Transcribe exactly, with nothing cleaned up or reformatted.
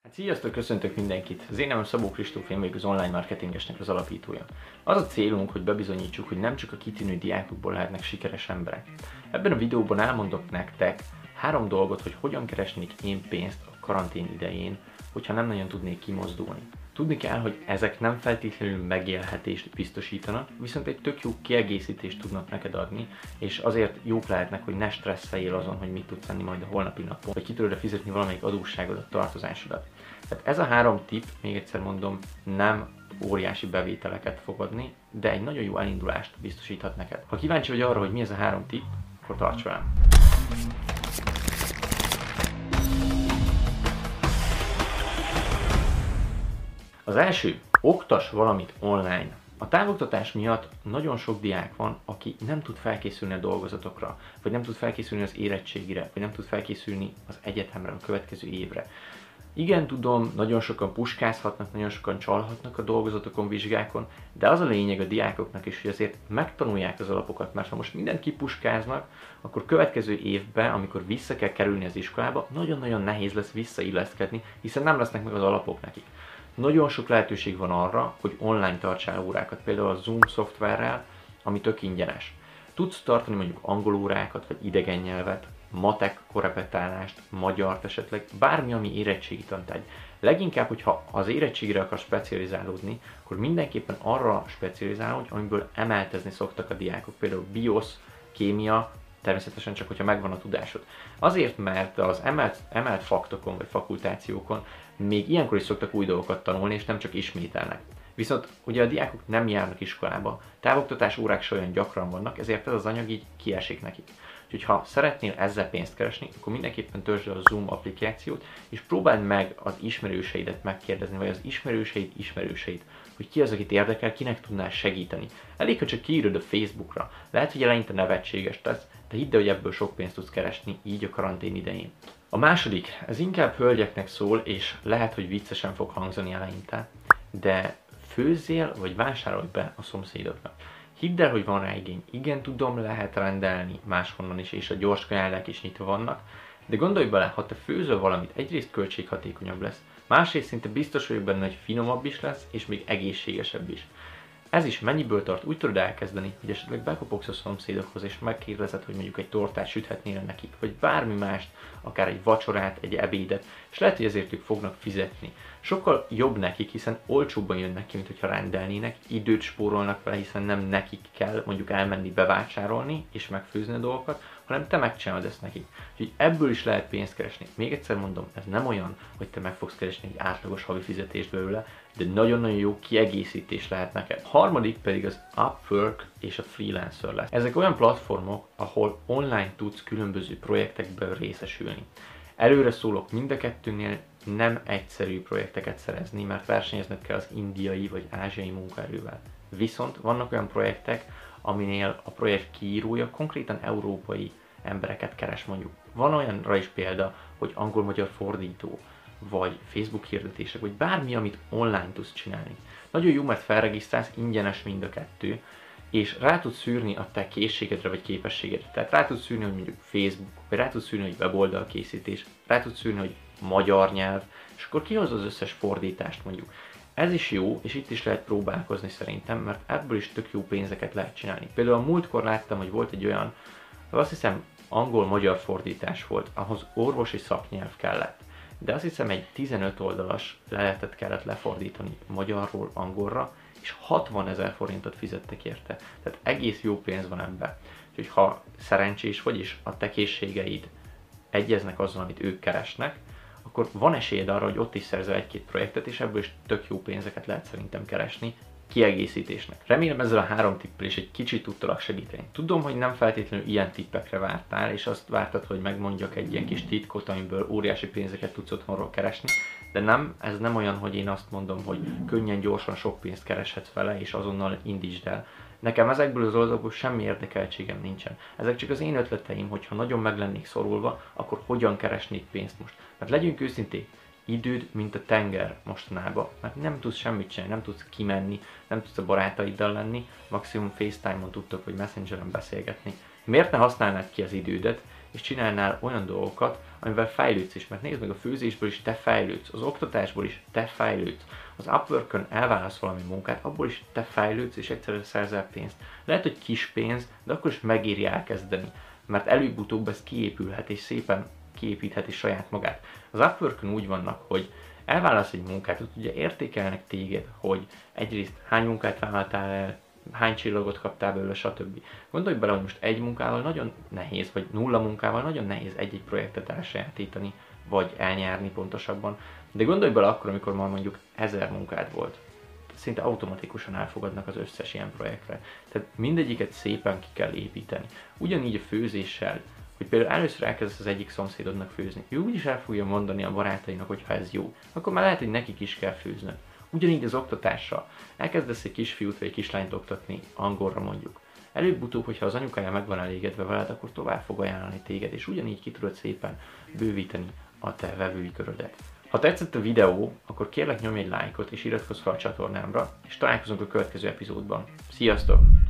Sziasztok, köszöntök mindenkit! Az én nevem Szabó Kristóf, én vagyok az online marketingesnek az alapítója. Az a célunk, hogy bebizonyítsuk, hogy nem csak a kitűnő diákokból lehetnek sikeres emberek. Ebben a videóban elmondok nektek három dolgot, hogy hogyan keresnék én pénzt a karantén idején, hogyha nem nagyon tudnék kimozdulni. Tudni kell, hogy ezek nem feltétlenül megélhetést biztosítanak, viszont egy tök jó kiegészítést tudnak neked adni, és azért jók lehetnek, hogy ne stresszeljél azon, hogy mit tudsz tenni majd a holnapi napon, vagy ki tudod fizetni valamelyik adósságodat, tartozásodat. Tehát ez a három tipp, még egyszer mondom, nem óriási bevételeket fog adni, de egy nagyon jó elindulást biztosíthat neked. Ha kíváncsi vagy arra, hogy mi ez a három tipp, akkor tarts velem! Az első, oktass valamit online. A távoktatás miatt nagyon sok diák van, aki nem tud felkészülni a dolgozatokra, vagy nem tud felkészülni az érettségire, vagy nem tud felkészülni az egyetemre, a következő évre. Igen, tudom, nagyon sokan puskázhatnak, nagyon sokan csalhatnak a dolgozatokon, vizsgákon, de az a lényeg a diákoknak is, hogy azért megtanulják az alapokat, mert ha most mindent kipuskáznak, akkor következő évben, amikor vissza kell kerülni az iskolába, nagyon-nagyon nehéz lesz visszailleszkedni, hiszen nem lesznek meg az alapok nekik. Nagyon sok lehetőség van arra, hogy online tartsál órákat, például a Zoom szoftverrel, ami tök ingyenes. Tudsz tartani mondjuk angol órákat, vagy idegen nyelvet, matek korepetálást, magyart esetleg, bármi, ami érettségi tantárgy. Leginkább, hogyha az érettségire akarsz specializálódni, akkor mindenképpen arra specializálódj, amiből emeltezni szoktak a diákok, például biosz, kémia, természetesen csak, hogyha megvan a tudásod. Azért, mert az emelt, emelt faktokon vagy fakultációkon még ilyenkor is szoktak új dolgokat tanulni, és nem csak ismételnek. Viszont ugye a diákok nem járnak iskolába, távoktatás órák se olyan gyakran vannak, ezért ez az anyag így kiesik nekik. Úgyhogy ha szeretnél ezzel pénzt keresni, akkor mindenképpen töltsd le a Zoom applikációt, és próbáld meg az ismerőseidet megkérdezni, vagy az ismerőseid ismerőseit, hogy ki az, akit érdekel, kinek tudnál segíteni. Elég, ha csak kiírod a Facebookra. Lehet, hogy eleinte nevetséges tesz, de hidd el, hogy ebből sok pénzt tudsz keresni, így a karantén idején. A második, ez inkább hölgyeknek szól, és lehet, hogy viccesen fog hangzani eleinte, de főzzél, vagy vásárolj be a szomszédodnak. Hidd el, hogy van rá igény. Igen, tudom, lehet rendelni máshonnan is, és a gyors kajálák is nyitva vannak, de gondolj bele, ha te főzöl valamit, egyrészt költséghatékonyabb lesz, másrészt szinte biztos vagyok benne, hogy finomabb is lesz, és még egészségesebb is. Ez is mennyiből tart, úgy tudod elkezdeni, hogy esetleg bekopogsz a szomszédokhoz, és megkérdezed, hogy mondjuk egy tortát süthetnél nekik, vagy bármi mást, akár egy vacsorát, egy ebédet, és lehet, hogy ezért ők fognak fizetni. Sokkal jobb nekik, hiszen olcsóbban jönnek ki, mint hogyha rendelnének, időt spórolnak vele, hiszen nem nekik kell mondjuk elmenni bevásárolni és megfőzni a dolgokat, hanem te megcsinálod ezt nekik. Úgyhogy ebből is lehet pénzt keresni. Még egyszer mondom, ez nem olyan, hogy te meg fogsz keresni egy átlagos havi fizetést belőle, de nagyon-nagyon jó kiegészítés lehet neked. A harmadik pedig az Upwork és a Freelancer lesz. Ezek olyan platformok, ahol online tudsz különböző projektekből részesülni. Előre szólok, mind a kettőnél nem egyszerű projekteket szerezni, mert versenyezned kell az indiai vagy ázsiai munkaerővel. Viszont vannak olyan projektek, aminél a projekt kiírója konkrétan európai embereket keres mondjuk. Van olyanra is példa, hogy angol-magyar fordító, vagy Facebook hirdetések, vagy bármi, amit online tudsz csinálni. Nagyon jó, mert felregisztrálsz, ingyenes mind a kettő, és rá tudsz szűrni a te készségedre vagy képességedre. Tehát rá tudsz szűrni, hogy mondjuk Facebook, vagy rá tudsz szűrni, hogy weboldal készítés, rá tudsz szűrni, hogy magyar nyelv, és akkor kihoz az összes fordítást mondjuk. Ez is jó, és itt is lehet próbálkozni szerintem, mert ebből is tök jó pénzeket lehet csinálni. Például a múltkor láttam, hogy volt egy olyan, azt hiszem angol-magyar fordítás volt, ahhoz orvosi szaknyelv kellett. De azt hiszem egy tizenöt oldalas leletet kellett lefordítani magyarról angolra, és hatvanezer forintot fizettek érte. Tehát egész jó pénz van ebbe. Úgyhogy ha szerencsés vagy, és a te készségeid egyeznek azzal, amit ők keresnek, akkor van esélyed arra, hogy ott is szerzel egy-két projektet, és ebből is tök jó pénzeket lehet szerintem keresni kiegészítésnek. Remélem ezzel a három tippel is egy kicsit tudtalak segíteni. Tudom, hogy nem feltétlenül ilyen tippekre vártál, és azt vártad, hogy megmondjak egy ilyen kis titkot, amiből óriási pénzeket tudsz otthonról keresni, de nem, ez nem olyan, hogy én azt mondom, hogy könnyen, gyorsan sok pénzt kereshetsz vele, és azonnal indítsd el. Nekem ezekből az oldalakból semmi érdekeltségem nincsen. Ezek csak az én ötleteim, hogyha nagyon meg lennék szorulva, akkor hogyan keresnék pénzt most. Mert legyünk őszinték, időd, mint a tenger mostanában, mert nem tudsz semmit csinálni, nem tudsz kimenni, nem tudsz a barátaiddal lenni, maximum FaceTime-on tudtok, vagy Messengeren beszélgetni. Miért ne használnád ki az idődet, és csinálnál olyan dolgokat, amivel fejlődsz is, mert nézd meg, a főzésből is te fejlődsz, az oktatásból is te fejlődsz, az Upworkön elválasz valami munkát, abból is te fejlődsz, és egyszerűen szerzel pénzt. Lehet, hogy kis pénz, de akkor is megéri elkezdeni, mert előbb-utóbb ez kiépülhet, és szépen kiépítheti saját magát. Az Upworkön úgy vannak, hogy elválasz egy munkát, ott ugye értékelnek téged, hogy egyrészt hány munkát vállaltál el, hány csillagot kaptál belőle, stb. Gondolj bele, hogy most egy munkával nagyon nehéz, vagy nulla munkával nagyon nehéz egy-egy projektet elsajátítani, vagy elnyerni pontosabban. De gondolj bele akkor, amikor már mondjuk ezer munkád volt. Szinte automatikusan elfogadnak az összes ilyen projektre. Tehát mindegyiket szépen ki kell építeni. Ugyanígy a főzéssel, hogy például először elkezdesz az egyik szomszédodnak főzni. Ő úgyis el fogja mondani a barátainak, hogy ha ez jó, akkor már lehet, hogy nekik is kell főznöd. Ugyanígy az oktatással. Elkezdesz egy kisfiút vagy egy kislányt oktatni, angolra mondjuk. Előbb-utóbb, hogyha az anyukája meg van elégedve veled, akkor tovább fog ajánlani téged, és ugyanígy ki tudod szépen bővíteni a te vevői körödet. Ha tetszett a videó, akkor kérlek nyomj egy lájkot és iratkozz fel a csatornámra, és találkozunk a következő epizódban. Sziasztok!